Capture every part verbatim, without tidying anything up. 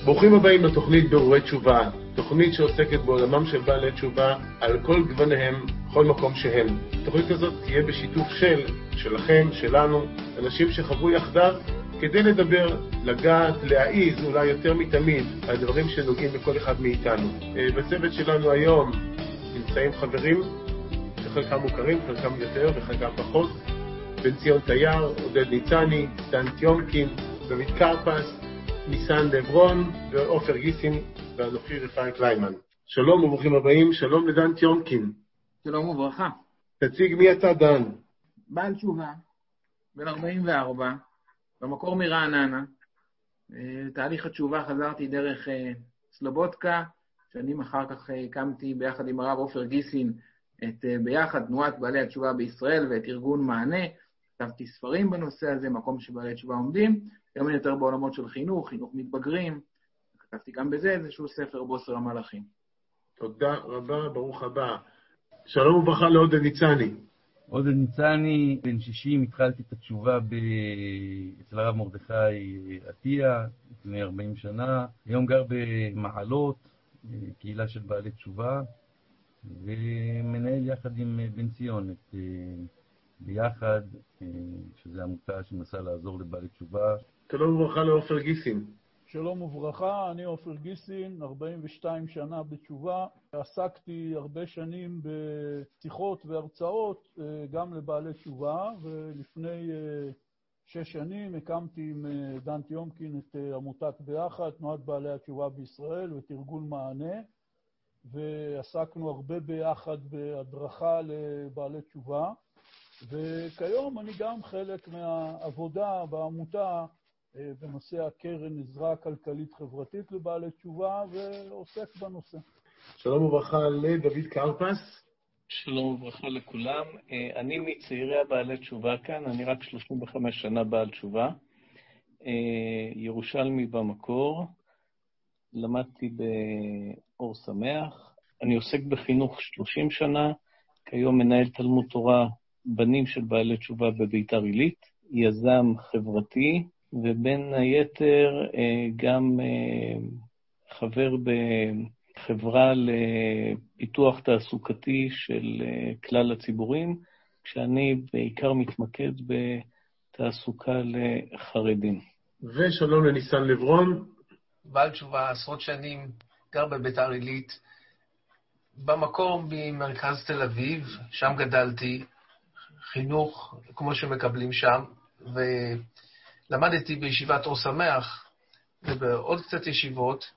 ברוכים הבאים לתוכנית בירורי תשובה, תוכנית שעוסקת בעולמם של בעלי תשובה על כל גווניהם, בכל מקום שהם. התוכנית הזאת תהיה בשיתוף של, שלכם, שלנו, אנשים שחברו יחדיו, כדי לדבר, לגעת, להעיז, אולי יותר מתמיד, על דברים שנוגעים בכל אחד מאיתנו. בצוות שלנו היום נמצאים חברים, שחלקם מוכרים, חלקם יותר וחלקם פחות, בן ציון תייר, עודד ניצני, דן טיומקין, דוד קרפס, ניסן לברון ואופר גיסין ואנוכי רפאי קליימן. שלום וברוכים הבאים, שלום לדן טיומקין. שלום וברכה. תציג מי אתה דן. בעל תשובה, בן ארבעים וארבע, במקור מרעננה. תהליך התשובה חזרתי דרך סלובודקה, שנים אחר כך הקמתי ביחד עם הרב אופר גיסין את ביחד תנועת בעלי התשובה בישראל ואת ארגון מענה. כתבתי ספרים בנושא הזה, מקום שבעלי תשובה עומדים. היום אני יותר בעולמות של חינוך, חינוך מתבגרים. כתבתי גם בזה איזשהו ספר, בוסר המלאכים. תודה רבה, ברוך הבא. שלום וברכה לעודד ניצני. עודד ניצני, בן שישים, התחלתי את התשובה ב... אצל הרב מרדכי עטיה, לפני ארבעים שנה. היום גר במעלות, קהילה של בעלי תשובה, ומנהל יחד עם בן ציון את ביחד, שזו עמותה שמנסה לעזור לבעלי תשובה. שלום וברכה לעופר גיסין. שלום וברכה, אני עופר גיסין, ארבעים ושתיים שנה בתשובה. עסקתי הרבה שנים בשיחות והרצאות, גם לבעלי תשובה, ולפני שש שנים הקמתי עם דן טיומקין את עמותת ביחד, תנועת בעלי התשובה בישראל, ואת ארגון מענה, ועסקנו הרבה ביחד בהדרכה לבעלי תשובה. וכיום אני גם חלק מהעבודה בעמותה בנושא הקרן עזרה כלכלית חברתית לבעלי תשובה, ועוסק בנושא. שלום וברכה לדוד קרפס. שלום וברכה לכולם. אני מצעירי הבעלי תשובה כאן, אני רק שלושים וחמש שנה בעל תשובה. ירושלמי במקור, למדתי באור שמח. אני עוסק בחינוך שלושים שנה, כיום מנהל תלמוד תורה בנים של בעלי תשובה בביתר עילית, יזם חברתי, ובין היתר גם חבר בחברה לפיתוח תעסוקתי של כלל הציבורים, כשאני בעיקר מתמקד בתעסוקה לחרדים. ושלום לניסן לברון. בעל תשובה עשרות שנים, גר בביתר עילית, במקור ממרכז תל אביב, שם גדלתי, חינוך כמו שמקבלים שם, ולמדתי בישיבת אור שמח ובעוד קצת ישיבות,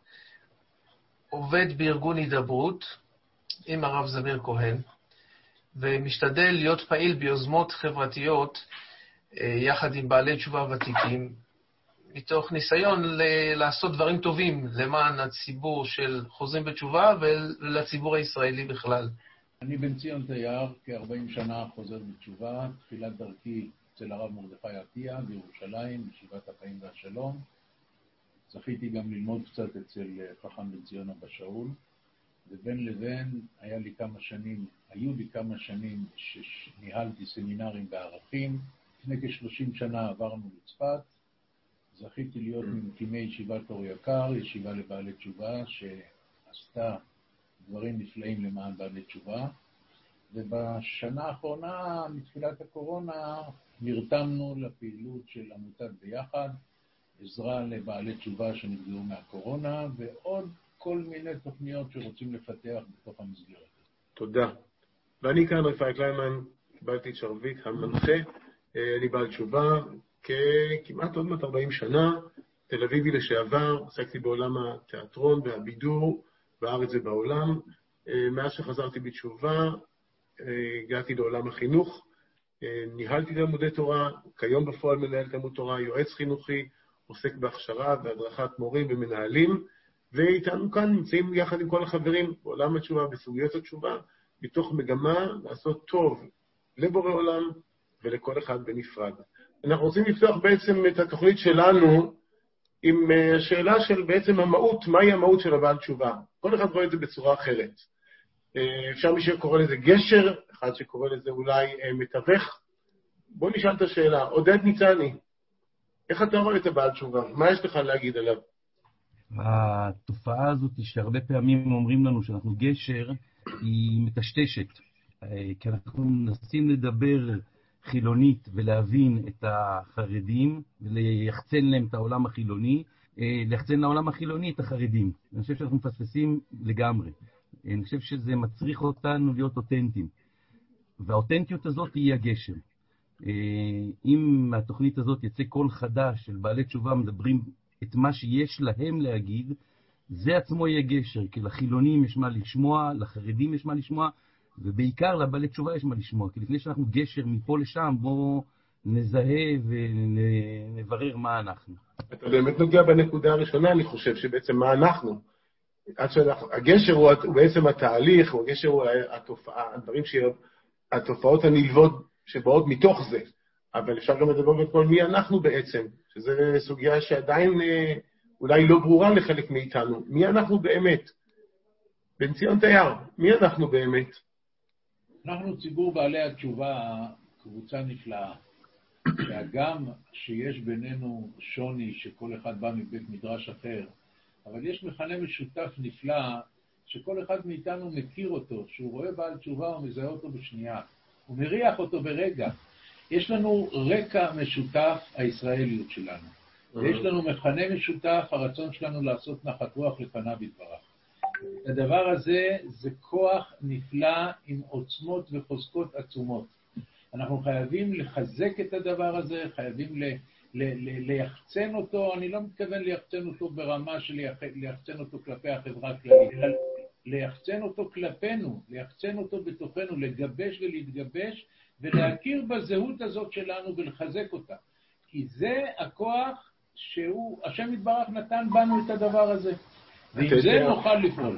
עובד בארגון הידברות עם הרב זמיר כהן, ומשתדל להיות פעיל ביוזמות חברתיות יחד עם בעלי תשובה ותיקים, מתוך ניסיון ל- לעשות דברים טובים למען הציבור של חוזרים בתשובה ולציבור הישראלי בכלל. אני בן ציון תייר, כ-ארבעים שנה חוזר בתשובה, תחילת דרכי אצל הרב מרדכי עטיה בירושלים, ישיבת החיים והשלום. זכיתי גם ללמוד קצת אצל חכם בן ציון אבא שאול, ובין לבין היה לי כמה שנים, היו לי כמה שנים שניהלתי סמינרים בערכים. לפני כ-שלושים שנה עברנו לצפת, זכיתי להיות ממקימי ישיבת אור יקר, ישיבה לבעלי תשובה שעשתה דברים נפלאים למען בעלי תשובה, ובשנה האחרונה, מתחילת הקורונה, נרתמנו לפעילות של עמותת ביחד, עזרה לבעלי תשובה שנפגעו מהקורונה, ועוד כל מיני תוכניות שרוצים לפתח בתוך המסגרת. תודה. ואני כאן רפאי קליימן, קיבלתי את שרביט המנחה, אני בעל תשובה, ככמעט עוד מעט ארבעים שנה, תל אביבי לשעבר, עסקתי בעולם התיאטרון והבידור, בארץ ובעולם. מאז שחזרתי בתשובה, הגעתי לעולם החינוך, ניהלתי תלמודי תורה, כיום בפועל מנהל תלמוד תורה, יועץ חינוכי, עוסק בהכשרה והדרכת מורים ומנהלים, ואיתנו כאן נמצאים יחד עם כל החברים בעולם התשובה, בסוגיות התשובה, מתוך מגמה לעשות טוב לבורא עולם ולכל אחד בנפרד. אנחנו רוצים לפתוח בעצם את התוכנית שלנו עם השאלה של בעצם המהות, מהי המהות של הבעל תשובה. כל אחד רואה את זה בצורה אחרת. אפשר מי שקורא לזה גשר, אחד שקורא לזה אולי מתווך. בוא נשאל את השאלה, עודד ניצני, איך אתה רואה את הבעל תשובה? מה יש לך להגיד עליו? התופעה הזאת שהרבה פעמים אומרים לנו שאנחנו גשר, היא מטשטשת. כי אנחנו מנסים לדבר חילונית ולהבין את החרדים, ולייחצן להם את העולם החילוני, ליחצן לעולם החילוני את החרדים. אני חושב שאנחנו מפספסים לגמרי. אני חושב שזה מצריך אותנו להיות אותנטיים. והאותנטיות הזאת היא הגשר. אם מהתוכנית הזאת יצא קול חדש של בעלי תשובה מדברים את מה שיש להם להגיד, זה עצמו יהיה גשר, כי לחילונים יש מה לשמוע, לחרדים יש מה לשמוע, ובעיקר לבעלי תשובה יש מה לשמוע. כי לפני שאנחנו גשר מפה לשם, בואו נזהה ונברר מה אנחנו. אתה באמת נוגע בנקודה הראשונה, אני חושב שבעצם מה אנחנו. הגשר הוא, הוא בעצם התהליך, הגשר הוא התופעה, הדברים ש... התופעות הנלוות שבאות מתוך זה. אבל אפשר גם לדבר בכל מי אנחנו בעצם, שזו סוגיה שעדיין אולי לא ברורה לחלק מאיתנו. מי אנחנו באמת? בן ציון תייר, מי אנחנו באמת? אנחנו ציבור בעלי התשובה, קבוצה נפלאה. והגם שיש בינינו שוני שכל אחד בא מבית מדרש אחר, אבל יש מכנה משותף נפלא שכל אחד מאיתנו מכיר אותו, שהוא רואה בעל תשובה ומזהה אותו בשנייה, הוא מריח אותו ברגע. יש לנו רקע משותף, הישראליות שלנו. ויש לנו מכנה משותף, הרצון שלנו לעשות נחת רוח לפניו יתברך. הדבר הזה זה כוח נפלא עם עוצמות וחוזקות עצומות. אנחנו חייבים לחזק את הדבר הזה, חייבים ל, ל, ל, ליחצן אותו, אני לא מתכוון ליחצן אותו ברמה של ליחצן אותו כלפי החברה הכללית, אלא ליחצן אותו כלפינו, ליחצן אותו בתוכנו, לגבש ולהתגבש, ולהכיר בזהות הזאת שלנו ולחזק אותה. כי זה הכוח שהוא, השם יתברך נתן בנו את הדבר הזה. ועם זה נוכל לפעול.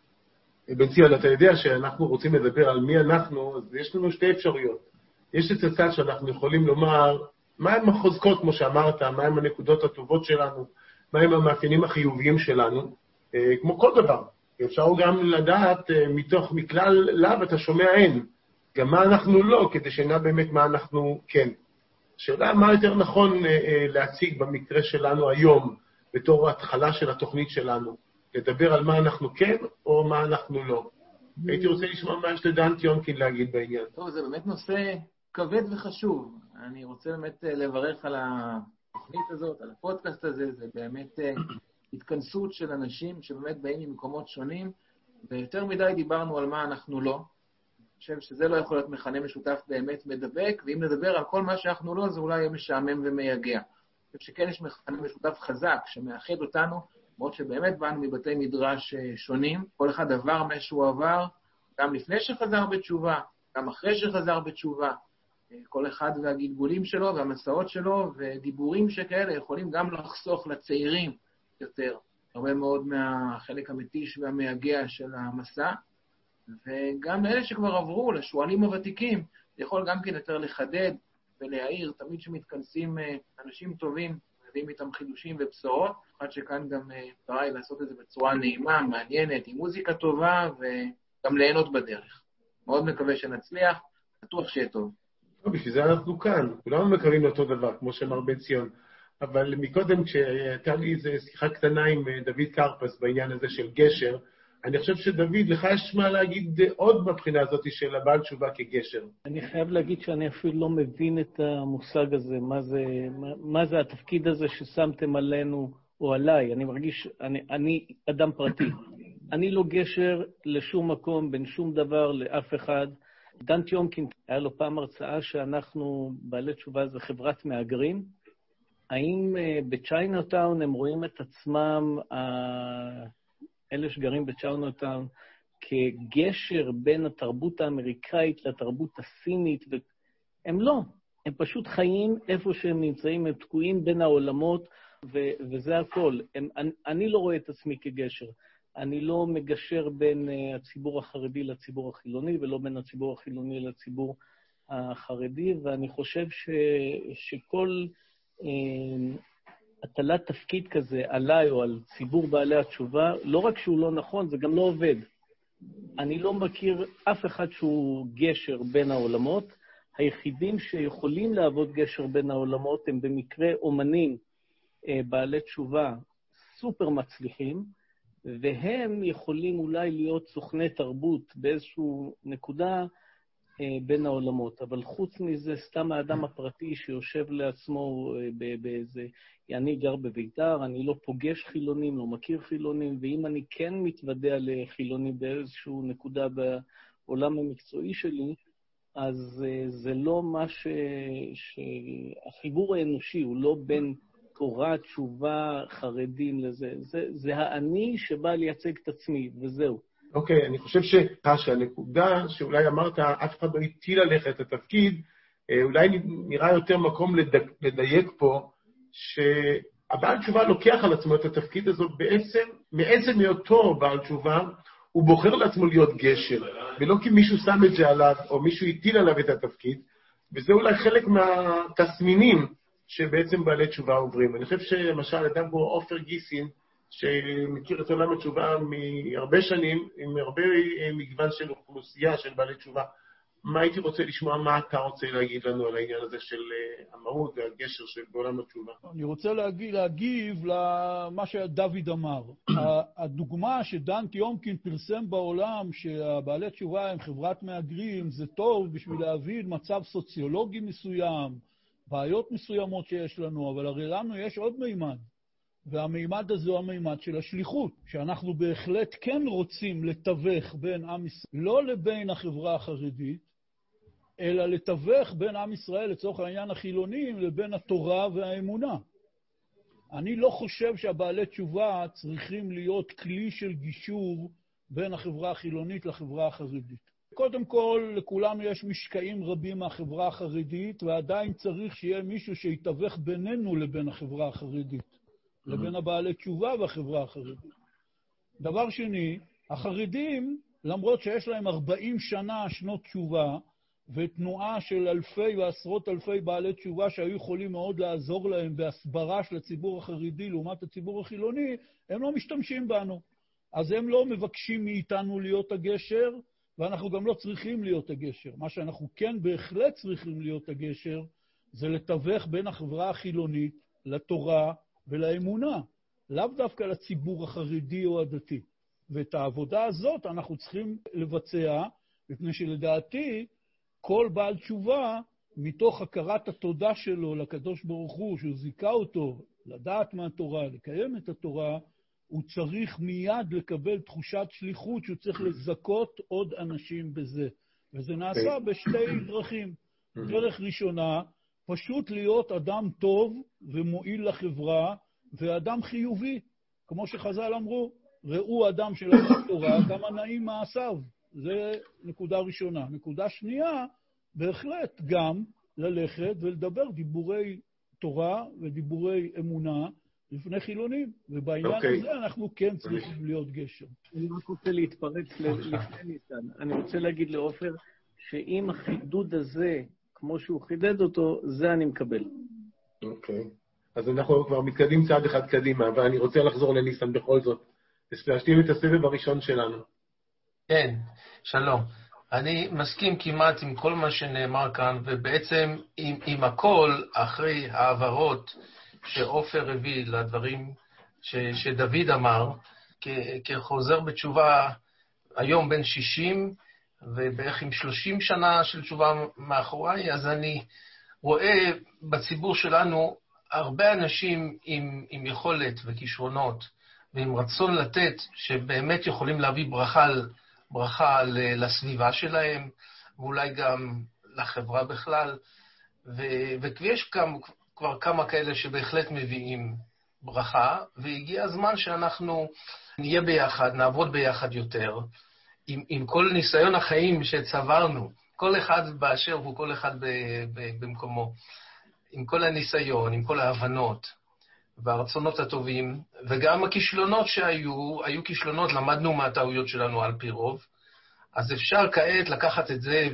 בן ציון, אתה יודע שאנחנו רוצים לדבר על מי אנחנו, אז יש לנו שתי אפשרויות. יש את הצד שאנחנו יכולים לומר, מהם החוזקות, כמו שאמרת, מהם הנקודות הטובות שלנו, מהם המאפיינים החיוביים שלנו, כמו כל דבר. אפשר גם לדעת מתוך מכלל לאו, אתה שומע אין, גם מה אנחנו לא, כדי שנדע באמת מה אנחנו כן. השאלה מה יותר נכון להציג במקרה שלנו היום, בתור ההתחלה של התוכנית שלנו, לדבר על מה אנחנו כן או מה אנחנו לא. הייתי רוצה לשמוע מה יש לדן טיונקין להגיד בעניין. טוב, זה באמת נושא כבד וחשוב. אני רוצה באמת לברך על התוכנית הזאת, על הפודקאסט הזה, זה באמת התכנסות של אנשים שבאמת באים ממקומות שונים, ויותר מדי דיברנו על מה אנחנו לא. אני חושב שזה לא יכול להיות מכנה משותף באמת מדבק, ואם נדבר על כל מה שאנחנו לא, זה אולי יהיה משעמם ומייגע. אני חושב שכן יש מכנה משותף חזק שמאחד אותנו, מאוד שבאמת באנו מבתי מדרש שונים, כל אחד עבר מה שהוא עבר, גם לפני שחזר בתשובה, גם אחרי שחזר בתשובה, כל אחד והגלגולים שלו והמסעות שלו, ודיבורים שכאלה יכולים גם לחסוך לצעירים יותר, הרבה מאוד מהחלק המתיש והמייגע של המסע, וגם לאלה שכבר עברו, לשואלים הוותיקים, זה יכול גם כן יותר לחדד ולהעיר, תמיד שמתכנסים אנשים טובים, מביאים איתם חידושים ובשורות, עד שכאן גם תראי לעשות את זה בצורה נעימה, מעניינת, עם מוזיקה טובה, וגם ליהנות בדרך. מאוד מקווה שנצליח, בטוח שיהיה טוב. בשביל זה אנחנו כאן, כולנו מקווים לאותו דבר, כמו שאמר בן ציון. אבל מקודם כשהייתה לי איזו שיחה קטנה עם דוד קרפס בעניין הזה של גשר, אני חושב שדוד, לך יש מה להגיד עוד בבחינה הזאת של הבעל תשובה כגשר. אני חייב להגיד שאני אפילו לא מבין את המושג הזה, מה זה, מה, מה זה התפקיד הזה ששמתם עלינו או עליי. אני מרגיש, אני, אני אדם פרטי. אני לא גשר לשום מקום, בין שום דבר, לאף אחד. דן טיונקין, היה לו פעם הרצאה שאנחנו, בעלי תשובה, זה חברת מאגרים. האם בצ'יינאטאון הם רואים את עצמם, אלה שגרים בצ'יינאטאון, כגשר בין התרבות האמריקאית לתרבות הסינית? הם לא. הם פשוט חיים איפה שהם נמצאים, הם תקועים בין העולמות, ו- וזה הכל. הם, אני, אני לא רואה את עצמי כגשר. אני לא מגשר בין uh, הציבור החרדי לציבור החילוני, ולא בין הציבור החילוני לציבור החרדי, ואני חושב ש, שכל uh, הטלת תפקיד כזה עליי או על ציבור בעלי התשובה, לא רק שהוא לא נכון, זה גם לא עובד. אני לא מכיר אף אחד שהוא גשר בין העולמות. היחידים שיכולים לעבוד גשר בין העולמות הם במקרה אומנים uh, בעלי תשובה, סופר מצליחים, והם יכולים אולי להיות סוכני תרבות באיזשהו נקודה בין העולמות. אבל חוץ מזה, סתם האדם הפרטי שיושב לעצמו באיזה, אני גר בביתר, אני לא פוגש חילונים, לא מכיר חילונים, ואם אני כן מתוודע לחילונים באיזשהו נקודה בעולם המקצועי שלי, אז זה לא מה ש... שהחיבור האנושי הוא לא בין תורה, תשובה, חרדים לזה. זה, זה האני שבא לייצג את עצמי, וזהו. אוקיי, אני חושב ש... שהנקודה שאולי אמרת, אף אחד לא הטיל עליך את התפקיד, אולי נראה יותר מקום לדייק, לדייק פה, שהבעל תשובה לוקח על עצמו את התפקיד הזאת בעצם, מעצם היותו בעל תשובה, הוא בוחר לעצמו להיות גשר, ולא כי מישהו שם את זה עליו, או מישהו הטיל עליו את התפקיד, וזה אולי חלק מהתסמינים שבעצם בעלי תשובה עוברים. אני חושב שלמשל, אדם כמו עופר גיסין, שמכיר את עולם התשובה מהרבה שנים, עם הרבה מגוון של אוכלוסייה של בעלי תשובה, מה הייתי רוצה לשמוע, מה אתה רוצה להגיד לנו על העניין הזה של המהות והגשר של בעולם התשובה? אני רוצה להגיב, להגיב למה שדוד אמר. הדוגמה שדן טיומקין פרסם בעולם, שהבעלי תשובה הם חברת מהגרים, זה טוב בשביל להבין מצב סוציולוגי מסוים, בעיות מסוימות שיש לנו, אבל הרי לנו יש עוד מימד. והמימד הזה הוא המימד של השליחות, שאנחנו בהחלט כן רוצים לתווך בין עם ישראל, לא לבין החברה החרדית, אלא לתווך בין עם ישראל, לצורך העניין החילונים, לבין התורה והאמונה. אני לא חושב שהבעלי תשובה צריכים להיות כלי של גישור בין החברה החילונית לחברה החרדית. קודם כל, לכולנו יש משקעים רבים מהחברה החרדית, ועדיין צריך שיהיה מישהו שיתווך בינינו לבין החברה החרדית. לבין הבעלי תשובה והחברה החרדית. דבר שני, החרדים, למרות שיש להם ארבעים שנה שנות תשובה, ותנועה של אלפי ועשרות אלפי בעלי תשובה שהיו יכולים מאוד לעזור להם בהסברה של הציבור החרדי לעומת הציבור החילוני, הם לא משתמשים בנו. אז הם לא מבקשים מאיתנו להיות הגשר, ואנחנו גם לא צריכים להיות הגשר. מה שאנחנו כן בהחלט צריכים להיות הגשר, זה לתווך בין החברה החילונית לתורה, ולאמונה, לאו דווקא לציבור החרדי או הדתי. ואת העבודה הזאת אנחנו צריכים לבצע, מפני שלדעתי, כל בעל תשובה, מתוך הכרת התודה שלו לקדוש ברוך הוא, שהוא זיכה אותו לדעת מהתורה, לקיים את התורה, הוא צריך מיד לקבל תחושת שליחות, שהוא צריך לזכות עוד אנשים בזה. וזה נעשה בשתי דרכים. דרך ראשונה, פשוט להיות אדם טוב ומועיל לחברה, ואדם חיובי, כמו שחז"ל אמרו, ראו אדם של התורה, כמה נעים מעשיו. זה נקודה ראשונה. נקודה שנייה, בהחלט גם ללכת ולדבר דיבורי תורה ודיבורי אמונה לפני חילונים, ובעניין okay. הזה אנחנו כן צריכים להיות גשר. אני רק רוצה להתפרץ לפני ניסן. אני רוצה להגיד לעופר, שאם החידוד הזה, כמו שהוא חידד אותו, זה אני מקבל. אוקיי. Okay. אז אנחנו כבר מתקדים צעד אחד קדימה, אבל אני רוצה לחזור לניסן בכל זאת, להשלים את הסבב הראשון שלנו. כן, שלום. אני מסכים כמעט עם כל מה שנאמר כאן, ובעצם עם, עם הכל, אחרי העברות שעופר הביא לדברים ש, שדוד אמר, כ, כחוזר בתשובה היום בן שישים, ובערך עם שלושים שנה של תשובה מאחוריי, אז אני רואה בציבור שלנו הרבה אנשים עם, עם יכולת וכישרונות, ועם רצון לתת, שבאמת יכולים להביא ברכה, ברכה לסביבה שלהם, ואולי גם לחברה בכלל, ויש כמה, כבר כמה כאלה שבהחלט מביאים ברכה, והגיע הזמן שאנחנו נהיה ביחד, נעבוד ביחד יותר, עם, עם כל ניסיון החיים שצברנו, כל אחד באשר הוא, כל אחד ב, ב, במקומו, עם כל הניסיון, עם כל ההבנות, והרצונות הטובים, וגם הכישלונות שהיו, היו כישלונות, למדנו מהטעויות שלנו על פי רוב, אז אפשר כעת לקחת את זה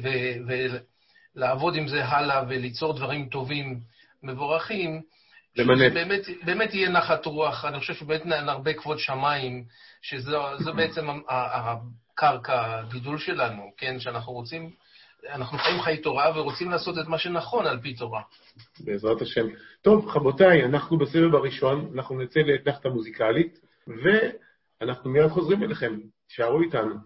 ולעבוד עם זה הלאה, וליצור דברים טובים, מבורכים, שבאמת באמת יהיה נחת רוח. אני חושב שבאמת נרבה כבוד שמיים, שזו בעצם הקרקע, הגידול שלנו, כן, שאנחנו רוצים אנחנו חיים חיי תורה ורוצים לעשות את מה שנכון על פי תורה. בעזרת השם. טוב, חבותיי, אנחנו בסבב הראשון, אנחנו נצא לאתנחתה מוזיקלית, ואנחנו מיד חוזרים אליכם. תשארו איתנו.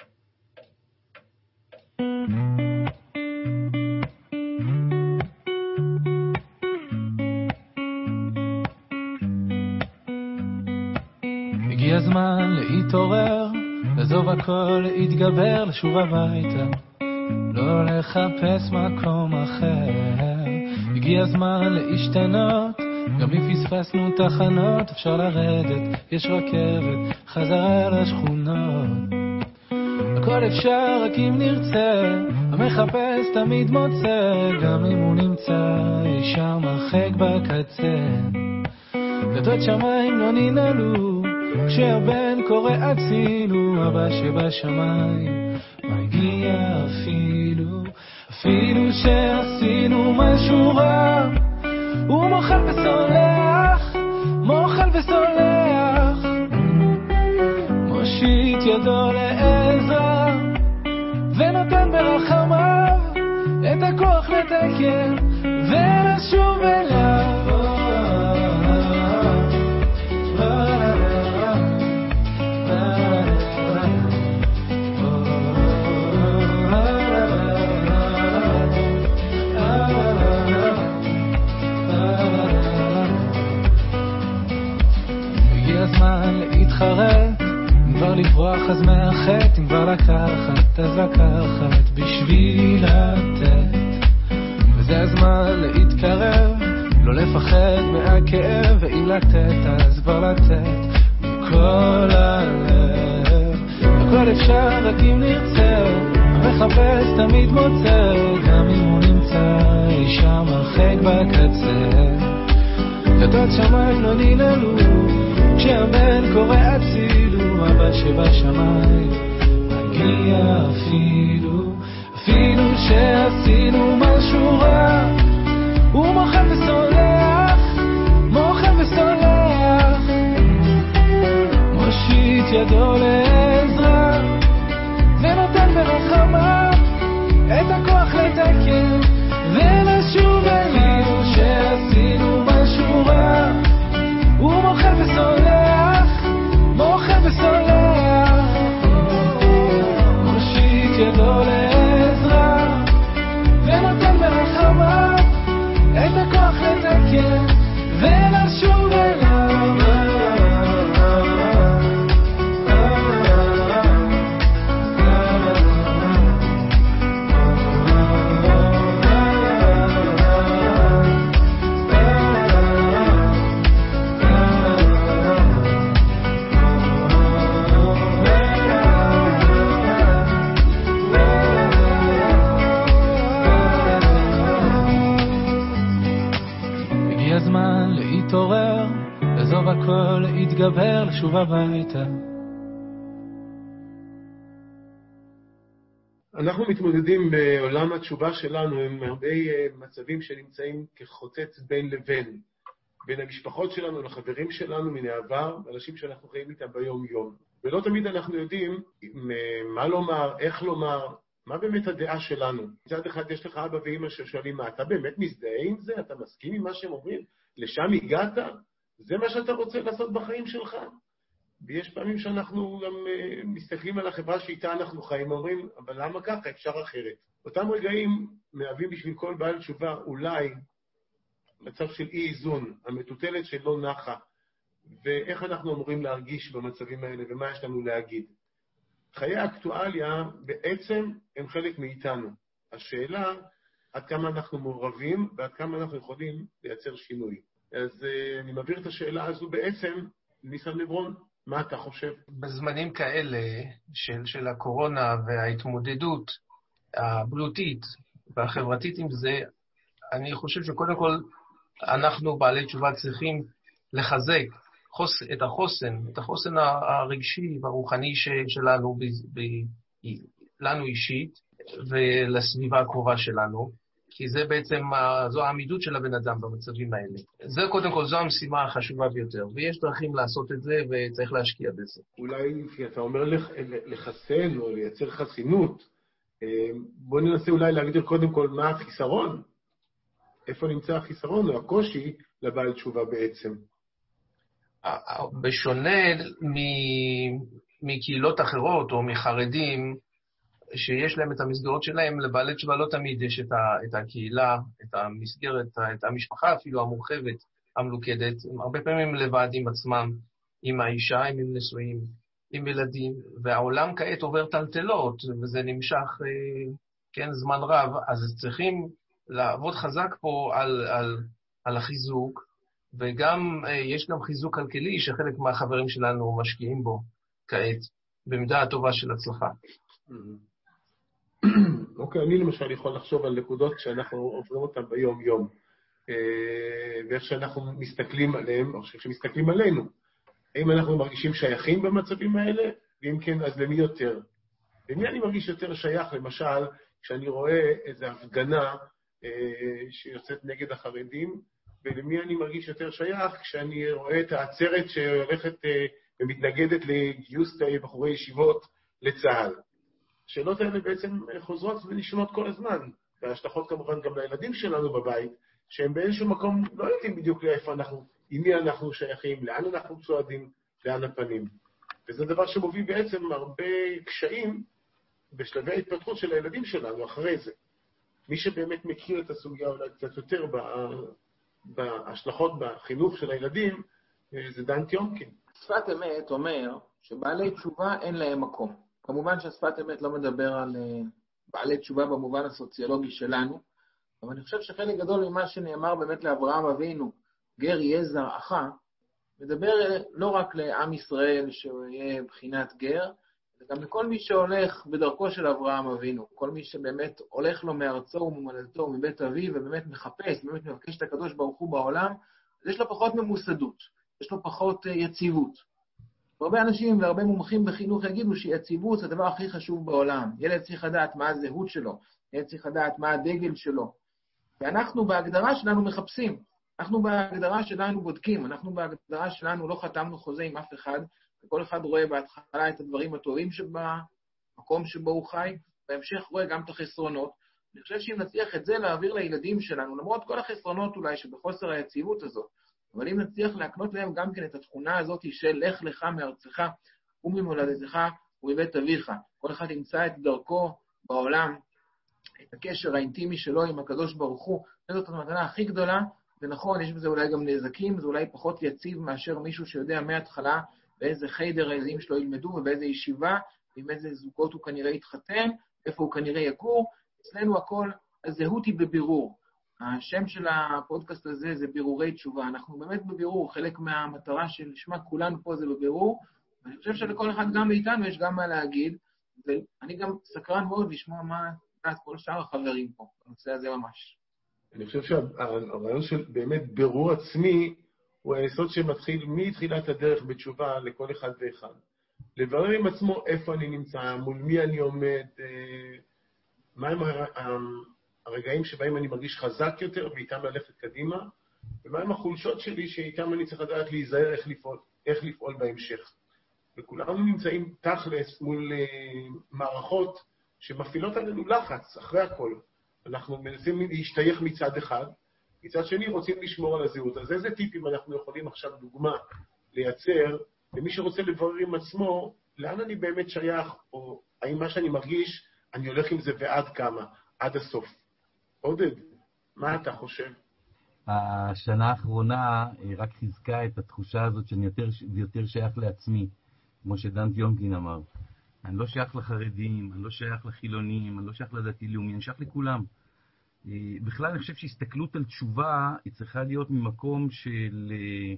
הגיע הזמן להתעורר, לעזוב הכל, להתגבר, לשוב הביתה, לא לחפש מקום אחר. הגיע הזמן להשתנות, גם אם פספסנו תחנות, אפשר לרדת, יש רכבת, חזרה לשכונות. הכל אפשר רק אם נרצה, המחפש תמיד מוצא, גם אם הוא נמצא ישר מרחק בקצה. דלתות שמיים לא ננעלו, כשהבן קורא הצילו, אבא שבשמיים מגיע אפילו, אפילו שעשינו משהו רע, הוא מוחל וסולח, מוחל וסולח, מושיט ידו לעזרה, ונותן ברחמיו את הכוח לתקן ולשוב אליו. אם כבר לברוח אז מאחת, אם כבר לקחת אז לקחת בשביל לתת, וזה הזמן להתקרב, לא לפחד מהכאב, ואם לתת אז כבר לתת מכל הלב. הכל אפשר רק אם נרצה, המחפש תמיד מוצא, גם אם הוא נמצא ישר מרחק בקצה. דלתות שמיים לא ננעלו, כשהבן קורא הצילו, אבא שבשמיים מגיע אפילו, אפילו שעשינו משהו רע, הוא מוחל וסולח, מוחל וסולח, מושיט ידו לעזרה, ונותן ברחמיו את הכוח לתקן ולשוב אליו. שעשינו משהו רע, הוא מוחל וסולח, מוחל וסולח, מושיט ידו לעזרה, ונותן ברחמיו את הכוח לתקן ולשוב אליו. להתעורר, לעזוב הכל, להתגבר, לשוב הביתה. אנחנו מתמודדים בעולם התשובה שלנו עם הרבה מצבים שנמצאים כחוצץ בין לבין, בין המשפחות שלנו לחברים שלנו מן העבר, אנשים שאנחנו חיים איתם ביום יום. ולא תמיד אנחנו יודעים מה לומר, איך לומר, מה באמת הדעה שלנו. מצד אחד יש לך אבא ואמא ששואלים, מה, אתה באמת מזדהה עם זה? אתה מסכים עם מה שהם אומרים? לשם הגעת? זה מה שאתה רוצה לעשות בחיים שלך? ויש פעמים שאנחנו גם uh, מסתכלים על החברה שאיתה אנחנו חיים, אומרים, אבל למה ככה? אפשר אחרת. אותם רגעים מהווים בשביל כל בעל תשובה אולי מצב של אי איזון, המטוטלת שלא נחה, ואיך אנחנו אמורים להרגיש במצבים האלה ומה יש לנו להגיד. חיי האקטואליה בעצם הם חלק מאיתנו. השאלה עד כמה אנחנו מעורבים ועד כמה אנחנו יכולים לייצר שינוי. אז uh, אני מעביר את השאלה הזו בעצם ניסן לברון. מה אתה חושב? בזמנים כאלה של, של הקורונה וההתמודדות הבריאותית והחברתית עם זה, אני חושב שקודם כל אנחנו בעלי תשובה צריכים לחזק חוס, את החוסן, את החוסן הרגשי והרוחני ש, שלנו, ב, ב, לנו אישית ולסביבה הקרובה שלנו. כי זה בעצם, זו העמידות של הבן אדם במצבים האלה. זה קודם כל, זו המשימה החשובה ביותר, ויש דרכים לעשות את זה, וצריך להשקיע בזה. אולי, כי אתה אומר לחסן או לייצר חסינות, בואו ננסה אולי להגדיר קודם כל מה החיסרון, איפה נמצא החיסרון או הקושי לבעל תשובה בעצם. בשונה מקהילות אחרות או מחרדים, שיש להם את המסגרות שלהם, לבעלי תשובה לא תמיד יש את, ה, את הקהילה, את המסגרת, את המשפחה אפילו המורחבת, המלוכדת. הם הרבה פעמים לבד עם עצמם, עם האישה, אם הם נשואים, עם ילדים, והעולם כעת עובר טלטלות, וזה נמשך כן, זמן רב, אז צריכים לעבוד חזק פה על, על, על החיזוק, וגם יש גם חיזוק כלכלי שחלק מהחברים שלנו משקיעים בו כעת, במידה הטובה של הצלחה. אוקיי, אני למשל יכול לחשוב על נקודות שאנחנו עוברים אותן ביום-יום, ואיך שאנחנו מסתכלים עליהם, או שמסתכלים עלינו. האם אנחנו מרגישים שייכים במצבים האלה, ואם כן, אז למי יותר? למי אני מרגיש יותר שייך, למשל, כשאני רואה איזו הפגנה שיוצאת נגד החרדים, ולמי אני מרגיש יותר שייך כשאני רואה את העצרת שהולכת ומתנגדת לגיוס בחורי ישיבות לצה"ל. השאלות האלה בעצם חוזרות ונשנות כל הזמן, וההשלכות כמובן גם לילדים שלנו בבית, שהם באיזשהו מקום לא יודעים בדיוק לאיפה אנחנו, עם מי אנחנו שייכים, לאן אנחנו צועדים, לאן הפנים. וזה דבר שמוביל בעצם הרבה קשיים בשלבי ההתפתחות של הילדים שלנו אחרי זה. מי שבאמת מכיר את הסוגיה אולי קצת יותר בהשלכות בחינוך של הילדים, זה דן טיומקין. שפת אמת אומר שבעלי תשובה אין להם מקום. כמובן שהשפת אמת לא מדבר על בעלי תשובה במובן הסוציולוגי שלנו, אבל אני חושב שחלק גדול ממה שנאמר באמת לאברהם אבינו, גר יהיה זרעך, מדבר לא רק לעם ישראל שיהיה בחינת גר, אלא גם לכל מי שהולך בדרכו של אברהם אבינו, כל מי שבאמת הולך לו מארצו וממולדתו ומבית אביו, ובאמת מחפש, באמת מבקש את הקדוש ברוך הוא בעולם, אז יש לו פחות ממוסדות, יש לו פחות יציבות. הרבה אנשים והרבה מומחים בחינוך יגידו שיציבות זה הדבר הכי חשוב בעולם. ילד צריך לדעת מה הזהות שלו, ילד צריך לדעת מה הדגל שלו. ואנחנו בהגדרה שלנו מחפשים, אנחנו בהגדרה שלנו בודקים, אנחנו בהגדרה שלנו לא חתמנו חוזה עם אף אחד, וכל אחד רואה בהתחלה את הדברים הטובים שבמקום שבו הוא חי, בהמשך רואה גם את החסרונות. אני חושב שאם נצליח את זה להעביר לילדים שלנו, למרות כל החסרונות אולי שבחוסר היציבות הזאת, אבל אם נצליח להקנות להם גם כן את התכונה הזאת של לך לך מארצך וממולדתך ומבית אביך. כל אחד ימצא את דרכו בעולם, את הקשר האינטימי שלו עם הקדוש ברוך הוא. זאת המתנה הכי גדולה, ונכון, יש בזה אולי גם נזקים, זה אולי פחות יציב מאשר מישהו שיודע מההתחלה באיזה חיידר הילדים שלו ילמדו ובאיזה ישיבה, ועם איזה זוגות הוא כנראה יתחתן, איפה הוא כנראה יקור. אצלנו הכל, הזהות היא בבירור. השם של הפודקאסט הזה זה בירורי תשובה. אנחנו באמת בבירור, חלק מהמטרה של לשמה כולנו פה זה בבירור, ואני חושב שלכל אחד גם מאיתנו יש גם מה להגיד, ואני גם סקרן מאוד לשמוע מה דעת כל שאר החברים פה, בנושא הזה ממש. אני חושב שהרעיון של באמת בירור עצמי, הוא היסוד שמתחיל מתחילת הדרך בתשובה לכל אחד ואחד. לברר עם עצמו איפה אני נמצא, מול מי אני עומד, מה הם הרגעים שבהם אני מרגיש חזק יותר ואיתם ללכת קדימה, ומה הם החולשות שלי שאיתם אני צריך לדעת להיזהר איך לפעול, איך לפעול בהמשך. וכולנו נמצאים תכלס מול מערכות שמפעילות עלינו לחץ, אחרי הכל. אנחנו מנסים להשתייך מצד אחד, מצד שני רוצים לשמור על הזהות. אז איזה טיפים אנחנו יכולים עכשיו דוגמה לייצר למי שרוצה לברר עם עצמו, לאן אני באמת שייך, או האם מה שאני מרגיש, אני הולך עם זה ועד כמה, עד הסוף. עודד, מה אתה חושב? השנה האחרונה רק חיזקה את התחושה הזאת שאני יותר, יותר שייך לעצמי, כמו שדן טיומקין אמר. אני לא שייך לחרדים, אני לא שייך לחילונים, אני לא שייך לדתי-לאומי, אני שייך לכולם. בכלל אני חושב שהסתכלות על תשובה היא צריכה להיות ממקום של...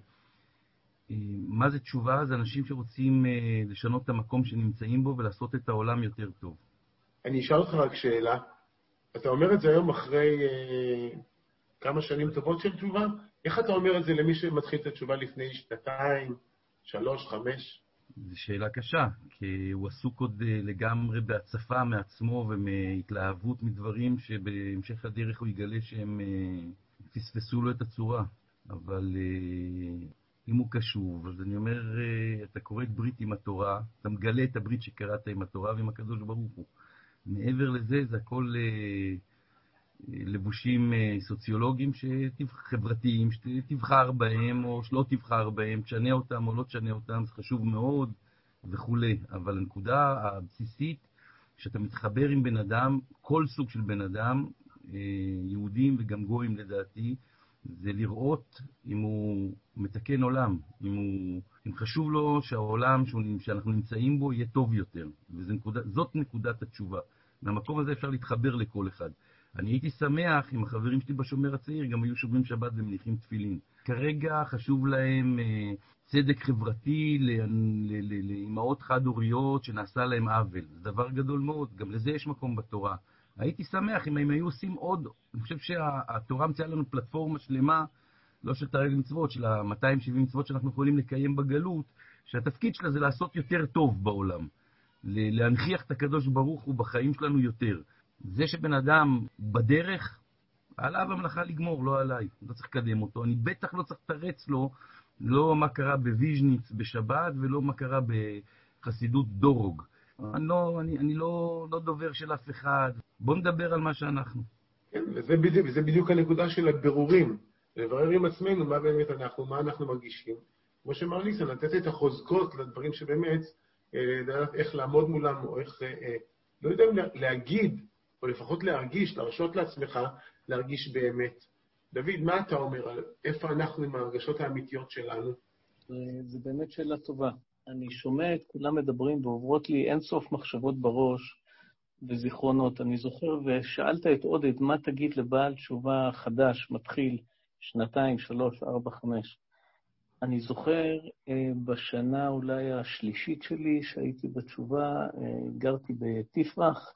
מה זה תשובה? זה אנשים שרוצים לשנות את המקום שנמצאים בו ולעשות את העולם יותר טוב. אני אשאל אותך רק שאלה. אתה אומר את זה היום אחרי אה, כמה שנים טובות של תשובה? איך אתה אומר את זה למי שמתחיל את התשובה לפני שנתיים, שלוש, חמש? זו שאלה קשה, כי הוא עסוק עוד לגמרי בהצפה מעצמו ומהתלהבות מדברים שבהמשך הדרך הוא יגלה שהם פספסו לו את הצורה. אבל אם הוא קשוב, אז אני אומר, אתה קורא את ברית עם התורה, אתה מגלה את הברית שקראת עם התורה ועם הקדוש ברוך הוא. מעבר לזה, זה הכל לבושים סוציולוגיים חברתיים, שתבחר בהם או שלא תבחר בהם, תשנה אותם או לא תשנה אותם, זה חשוב מאוד וכו'. אבל הנקודה הבסיסית, שאתה מתחבר עם בן אדם, כל סוג של בן אדם, יהודים וגם גויים לדעתי, זה לראות אם הוא מתקן עולם, אם, הוא, אם חשוב לו שהעולם שאנחנו נמצאים בו יהיה טוב יותר. וזאת נקודת התשובה. מהמקום הזה אפשר להתחבר לכל אחד. אני הייתי שמח אם החברים שלי בשומר הצעיר גם היו שומרים שבת ומניחים תפילין. כרגע חשוב להם אה, צדק חברתי לאמהות חד-הוריות שנעשה להם עוול. זה דבר גדול מאוד, גם לזה יש מקום בתורה. הייתי שמח אם הם היו עושים עוד, אני חושב שהתורה מציעה לנו פלטפורמה שלמה, לא של תרי"ג מצוות, של ה-מאתיים ושבעים מצוות שאנחנו יכולים לקיים בגלות, שהתפקיד שלה זה לעשות יותר טוב בעולם, להנכיח את הקדוש ברוך הוא בחיים שלנו יותר. זה שבן אדם בדרך, עליו המלאכה לגמור, לא עליי, לא צריך לקדם אותו. אני בטח לא צריך לתרץ לו, לא מה קרה בוויז'ניץ בשבת, ולא מה קרה בחסידות דורוג. אני לא, אני, אני לא, לא דובר של אף אחד. בוא נדבר על מה שאנחנו. כן, וזה בדיוק, וזה בדיוק הנקודה של הבירורים. לברר עם עצמנו מה באמת אנחנו, מה אנחנו מרגישים. כמו שאמר ניסן, לתת את החוזקות לדברים שבאמת, לדעת איך לעמוד מולם, או איך, לא יודע, להגיד, או לפחות להרגיש, להרשות לעצמך, להרגיש באמת. דוד, מה אתה אומר? איפה אנחנו עם ההרגשות האמיתיות שלנו? זה באמת שאלה טובה. אני שומע את כולם מדברים ועוברות לי אינסוף מחשבות בראש וזיכרונות. אני זוכר ושאלת את עודד, מה תגיד לבעל תשובה חדש, מתחיל שנתיים, שלוש, ארבע, חמש. אני זוכר בשנה אולי השלישית שלי שהייתי בתשובה, גרתי בתפרח,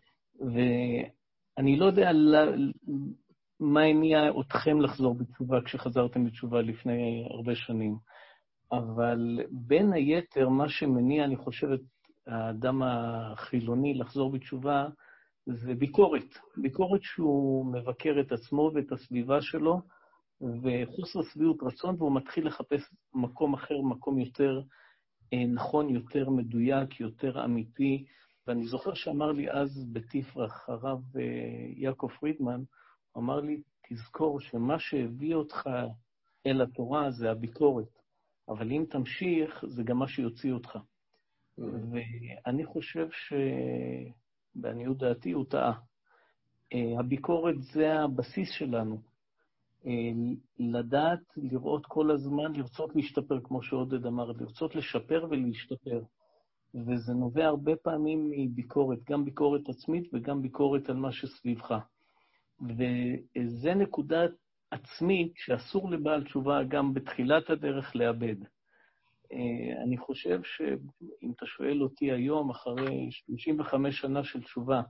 ואני לא יודע מה הניע אתכם לחזור בתשובה כשחזרתם בתשובה לפני הרבה שנים. אבל בין היתר, מה שמניע, אני חושב, את האדם החילוני לחזור בתשובה, זה ביקורת. ביקורת שהוא מבקר את עצמו ואת הסביבה שלו, וחוסר שביעות רצון, והוא מתחיל לחפש מקום אחר, מקום יותר נכון, יותר מדויק, יותר אמיתי. ואני זוכר שאמר לי אז בתפרח, הרב יעקב פרידמן, הוא אמר לי, תזכור שמה שהביא אותך אל התורה זה הביקורת. אבל אם תמשיך, זה גם מה שיוציא אותך. ואני חושב שבעניות דעתי הוא טעה. הביקורת זה הבסיס שלנו. לדעת, לראות כל הזמן, לרצות להשתפר, כמו שעודד אמר, לרצות לשפר ולהשתפר. וזה נובע הרבה פעמים מביקורת, גם ביקורת עצמית וגם ביקורת על מה שסביבך. וזה נקודת עצמית שאסור לבעל תשובה גם בתחילת הדרך לאבד. אני חושב שאם אתה שואל אותי היום, אחרי שלושים וחמש שנה של תשובה,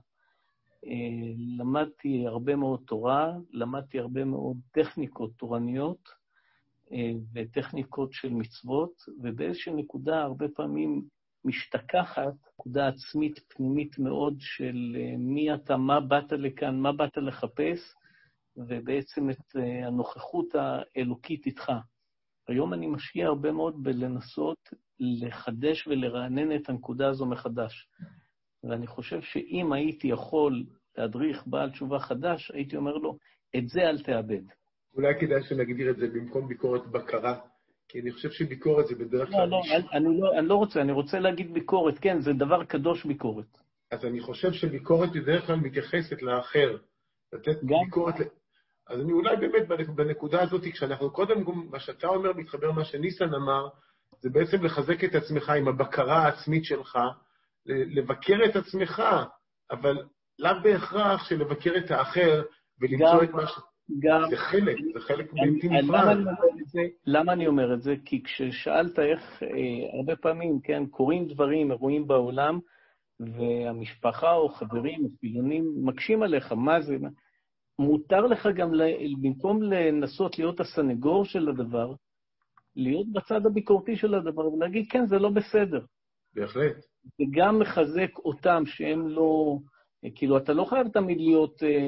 למדתי הרבה מאוד תורה, למדתי הרבה מאוד טכניקות תורניות וטכניקות של מצוות, ובאיזושהי נקודה הרבה פעמים משתכחת, נקודה עצמית פנימית מאוד של מי אתה, מה באת לכאן, מה באת לחפש, ובעצם את הנוכחות האלוקית איתך. היום אני משקיע הרבה מאוד בלנסות לחדש ולרענן את הנקודה הזו מחדש. ואני חושב שאם הייתי יכול להדריך בעל תשובה חדש, הייתי אומר לו, את זה אל תאבד. אולי כדאי שנגדיר את זה במקום ביקורת בקרה, כי אני חושב שביקורת זה בדרך כלל... לא, לא, אני לא, אני לא רוצה, אני רוצה להגיד ביקורת, כן, זה דבר קדוש ביקורת. אז אני חושב שביקורת בדרך כלל מתייחסת לאחר, לתת ביקורת... אז אני אולי באמת בנקודה הזאת, כשאנחנו קודם, מה שאתה אומר, מתחבר מה שניסן אמר, זה בעצם לחזק את עצמך עם הבקרה העצמית שלך, לבקר את עצמך, אבל לאו בהכרח שלבקר את האחר ולמצוא את מה ש... גם... זה חלק, זה חלק בלתי נפרד. למה אני אומר את זה? כי כששאלת איך, הרבה פעמים, כן, קורים דברים, אירועים בעולם, והמשפחה או חברים או פילונים מקשים עליך, מה זה... מותר לך גם, במקום לנסות להיות הסנגור של הדבר, להיות בצד הביקורתי של הדבר, ולהגיד, כן, זה לא בסדר. בהחלט. וגם מחזק אותם שהם לא, כאילו, אתה לא חייב תמיד להיות אה,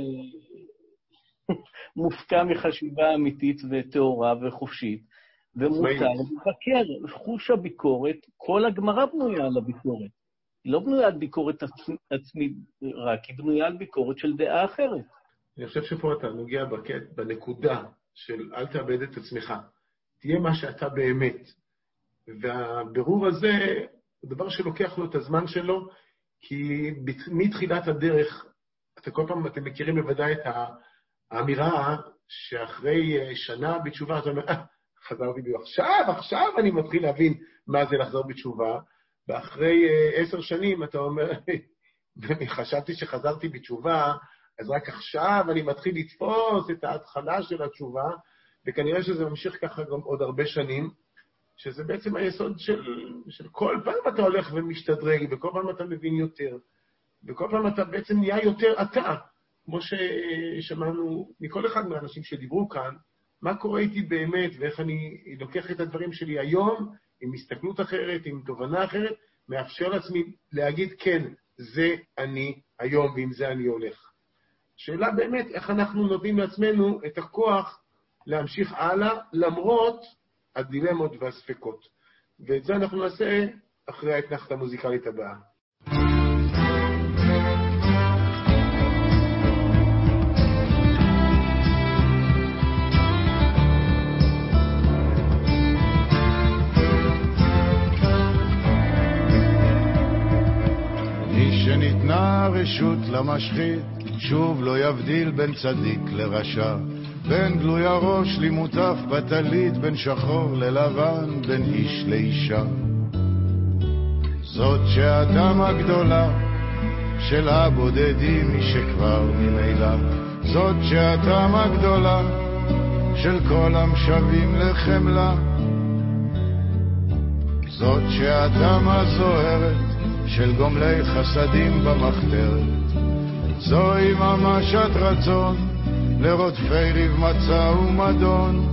מופקע מחשיבה אמיתית ותאורה וחופשית, ומותר לבקר, חוש הביקורת, כל הגמרא בנויה על הביקורת. היא לא בנויה על ביקורת עצמית רק, היא בנויה על ביקורת של דעה אחרת. אני חושב שפה אתה נוגע בקט, בנקודה של אל תאבד את עצמך. תהיה מה שאתה באמת. והבירור הזה הוא דבר שלוקח לו את הזמן שלו, כי מתחילת הדרך, אתה כל פעם, אתם מכירים בוודאי את האמירה שאחרי שנה בתשובה, אתה אומר, אה, חזרתי בי, עכשיו, עכשיו אני מתחיל להבין מה זה לחזור בתשובה, ואחרי עשר שנים אתה אומר, חשבתי שחזרתי בתשובה, אז רק עכשיו אני מתחיל לתפוס את ההתחלה של התשובה, וכנראה שזה ממשיך ככה גם עוד הרבה שנים, שזה בעצם היסוד של, של כל פעם אתה הולך ומשתדרג, וכל פעם אתה מבין יותר, וכל פעם אתה בעצם נהיה יותר אתה, כמו ששמענו מכל אחד מהאנשים שדיברו כאן, מה קורה איתי באמת, ואיך אני לוקח את הדברים שלי היום, עם הסתכלות אחרת, עם תובנה אחרת, מאפשר לעצמי להגיד, כן, זה אני היום, ועם זה אני הולך. שאלה באמת, איך אנחנו נותנים לעצמנו את הכוח להמשיך הלאה, למרות הדילמות והספקות. ואת זה אנחנו נעשה אחרי ההתנחת המוזיקלית הבאה. מי שניתנה רשות למשחית, שוב לא יבדיל בין צדיק לרשע, בין גלוי הראש לימוטף בטלית, בין שחור ללבן, בין איש לאישה. זאת שהאדם הגדולה של הבודדים היא שכבר ממילא, זאת שהאדם הגדולה של כל המשווים לחמלה, זאת שהאדם הזוהרת של גומלי חסדים במחתרת, זוהי ממשת רצון לרודפי ריב מצה ומדון.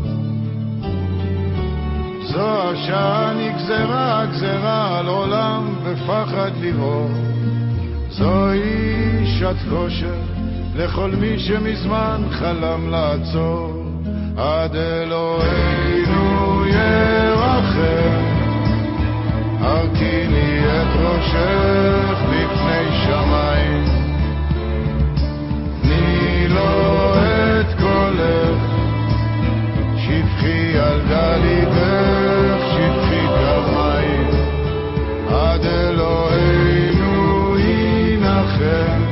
זו השעה נגזרה גזרה על עולם ופחד לראות, זוהי שעת כושר לכל מי שמזמן חלם לעצור. עד אלוהינו ירחם, הרכיני את ראשך לפני שמיים, תני לו את קולך, שפכי על גליבך, שפכי כמים. עד אלוהינו ינחם.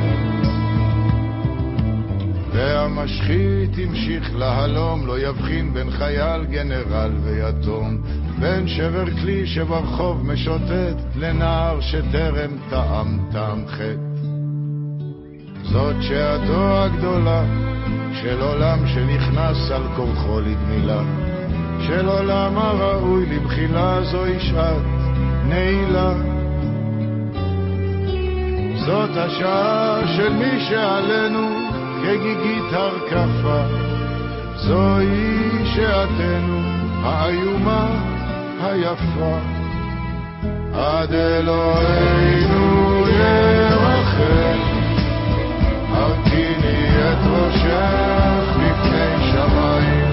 והמשחית המשיך להלום, לא יבחין בין חייל, גנרל ויתום, בין שבר כלי שברחוב משוטט לנער שטרם טעם טעם חטא. זאת שעתו הגדולה של עולם שנכנס על כורחו לגמילה, של עולם הראוי לבחילה, זוהי שעת נעילה. זאת השעה של מי שעלינו כגיגית הרכפה, זוהי שעתנו האיומה היפה. עד אלוהינו ירחם, הרכיני את ראשך לפני שמיים,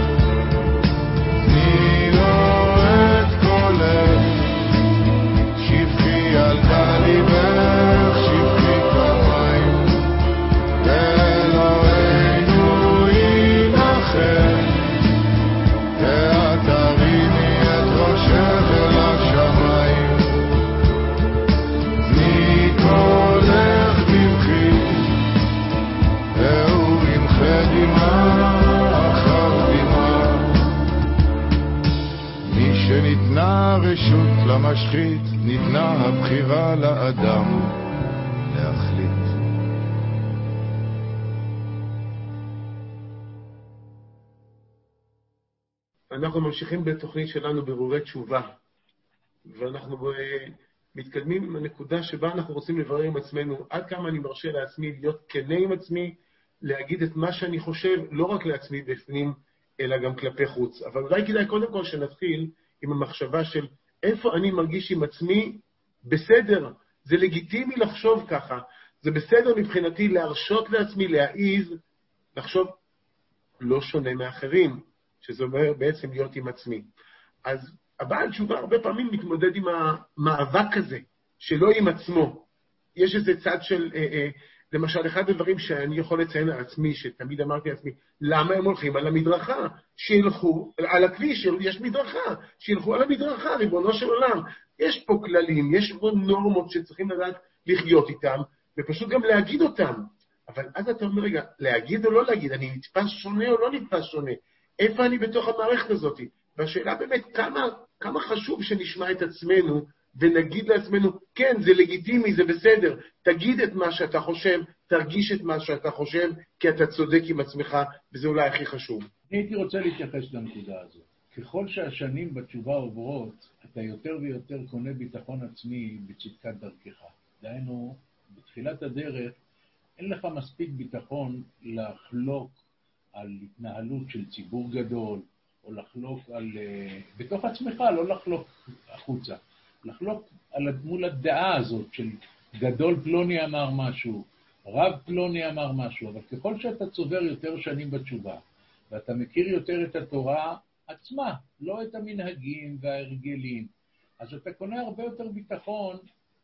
תני לו את קולך, שפכי על גליבך, שפכי כמים. אלוהינו ינחם, ואת תרימי את ראשך אל השמיים, תני קולך תמחי, והוא ימחה דמעה אחר דמעה. מי שניתנה רשות למשחית, ניתנה הבחירה לאדם להחליט. אנחנו ממשיכים בתוכנית שלנו ברורי תשובה, ואנחנו מתקדמים עם הנקודה שבה אנחנו רוצים לברר עם עצמנו עד כמה אני מרשה לעצמי להיות כנה עם עצמי, להגיד את מה שאני חושב, לא רק לעצמי בפנים, אלא גם כלפי חוץ. אבל אולי כדאי קודם כל שנתחיל עם המחשבה של איפה אני מרגיש עם עצמי בסדר. זה לגיטימי לחשוב ככה, זה בסדר מבחינתי להרשות לעצמי, להעיז, לחשוב לא שונה מאחרים, שזה אומר בעצם להיות עם עצמי. אז הבעל תשובה הרבה פעמים מתמודד עם המאבק הזה, שלא עם עצמו. יש איזה צד של, אה, אה, למשל, אחד הדברים שאני יכול לציין על עצמי, שתמיד אמרתי לעצמי, למה הם הולכים על המדרכה? שילכו על הכביש, יש מדרכה, שילכו על המדרכה, ריבונו של עולם. יש פה כללים, יש פה נורמות שצריכים לדעת לחיות איתם, ופשוט גם להגיד אותם. אבל אז אתה אומר, רגע, להגיד או לא להגיד, אני נתפס שונה או לא נתפס שונה? איפה אני בתוך המערכת הזאת? והשאלה באמת, כמה, כמה חשוב שנשמע את עצמנו, ונגיד לעצמנו, כן, זה לגיטימי, זה בסדר, תגיד את מה שאתה חושב, תרגיש את מה שאתה חושב, כי אתה צודק עם עצמך, וזה אולי הכי חשוב. אני הייתי רוצה להתייחס לנקודה הזאת. ככל שהשנים בתשובה עוברות, אתה יותר ויותר קונה ביטחון עצמי בצדקת דרכך. דהיינו, בתחילת הדרך, אין לך מספיק ביטחון לחלוק על התנהלות של ציבור גדול, או לחלוק על, בתוך עצמך, לא לחלוק החוצה. לחלוק על מול הדעה הזאת של גדול פלוני אמר משהו, רב פלוני אמר משהו, אבל ככל שאתה צובר יותר שנים בתשובה, ואתה מכיר יותר את התורה עצמה, לא את המנהגים וההרגלים, אז אתה קונה הרבה יותר ביטחון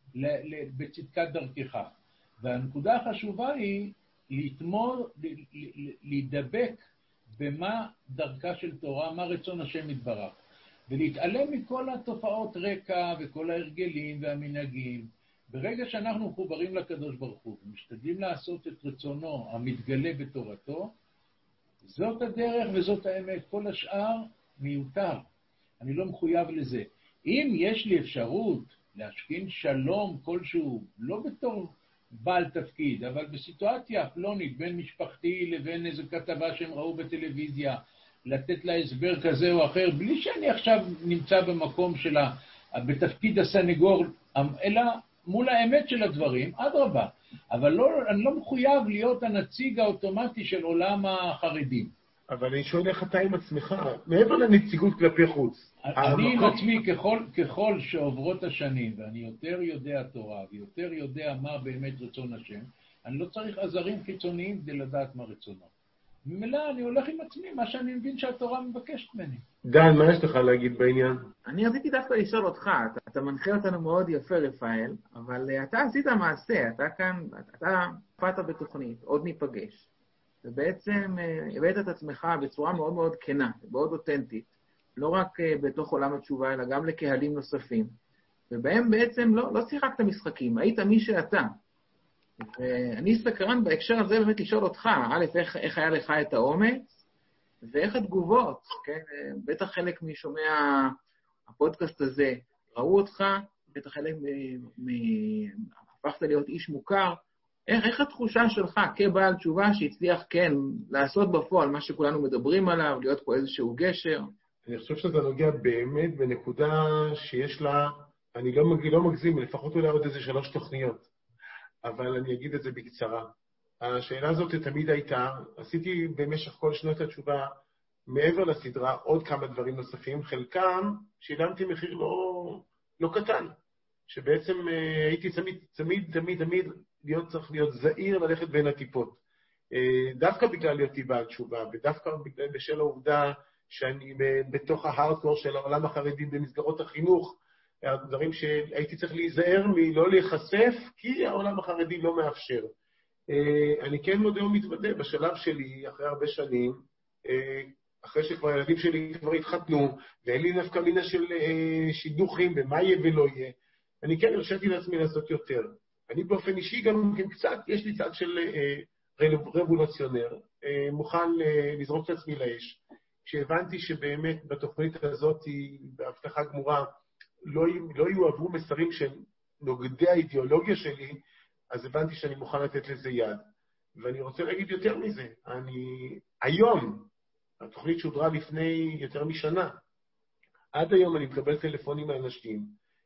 בצדקת דרכך. והנקודה החשובה היא להתמור, להידבק במה דרכה של תורה, מה רצון השם יתברך. ולהתעלם מכל התופעות רקע וכל ההרגלים והמנהגים. ברגע שאנחנו מחוברים לקדוש ברוך הוא, ומשתדלים לעשות את רצונו המתגלה בתורתו, זאת הדרך וזאת האמת. כל השאר מיותר. אני לא מחויב לזה. אם יש לי אפשרות להשכין שלום כלשהו, לא בתור בעל תפקיד, אבל בסיטואציה פלונית בין משפחתי לבין איזו כתבה שהם ראו בטלוויזיה, לתת לה הסבר כזה או אחר, בלי שאני עכשיו נמצא במקום שלה, בתפקיד הסנגור, אלא מול האמת של הדברים, עד רבה. אבל לא, אני לא מחויב להיות הנציג האוטומטי של עולם החרדים. אבל אני שואל איך אתה עם עצמך, מעבר לנציגות כלפי חוץ. אני עם עצמי, ככל, ככל שעוברות השנים, ואני יותר יודע תורה, ויותר יודע מה באמת רצון השם, אני לא צריך עזרים חיצוניים כדי לדעת מה רצונו. ממילא אני הולך עם עצמי, מה שאני מבין שהתורה מבקשת ממני. דן, מה יש לך להגיד בעניין? אני רציתי דווקא לשאול אותך, אתה, אתה מנחה אותנו מאוד יפה, רפאל, אבל אתה עשית מעשה, אתה כאן, אתה פעת בתוכנית, עוד ניפגש, ובעצם הבאת את עצמך בצורה מאוד מאוד כנה, מאוד אותנטית, לא רק בתוך עולם התשובה, אלא גם לקהלים נוספים, ובהם בעצם לא, לא שיחקת משחקים, היית מי שאתה. ואני סקרן בהקשר הזה באמת לשאול אותך, א', איך, איך היה לך את האומץ, ואיך התגובות, כן? בטח חלק משומע הפודקאסט הזה ראו אותך, בטח חלק מ... מ... הפכת להיות איש מוכר, איך, איך התחושה שלך כבעל תשובה שהצליח כן לעשות בפועל מה שכולנו מדברים עליו, להיות פה איזשהו גשר? אני חושב שזה נוגע באמת בנקודה שיש לה, אני לא, לא מגזים, לפחות אולי עוד איזה שלוש תוכניות. אבל אני אגיד את זה בקצרה. השאלה הזאת תמיד הייתה, עשיתי במשך כל שנות התשובה, מעבר לסדרה, עוד כמה דברים נוספים, חלקם שילמתי מחיר לא, לא קטן, שבעצם הייתי תמיד, תמיד, תמיד, תמיד להיות, צריך להיות זהיר ללכת בין הטיפות. דווקא בגלל היותי בעל תשובה, ודווקא בגלל, בשל העובדה שאני בתוך ההארדקור של העולם החרדי במסגרות החינוך, הדברים שהייתי צריך להיזהר מלא להיחשף, כי העולם החרדי לא מאפשר. אני כן מודה ומתוודה, בשלב שלי, אחרי הרבה שנים, אחרי שכבר הילדים שלי כבר התחתנו, ואין לי נפקא מינה של שידוכים, ומה יהיה ולא יהיה, אני כן הרשיתי לעצמי לעשות יותר. אני באופן אישי גם קצת, יש לי צד של רבולוציונר, מוכן לזרוק את עצמי לאש. כשהבנתי שבאמת בתוכנית הזאת, בהבטחה גמורה, לא, לא יועברו מסרים של נוגדי האידיאולוגיה שלי, אז הבנתי שאני מוכן לתת לזה יד. ואני רוצה להגיד יותר מזה. אני, היום, התוכנית שודרה לפני יותר משנה, עד היום אני מקבל טלפונים מאנשים,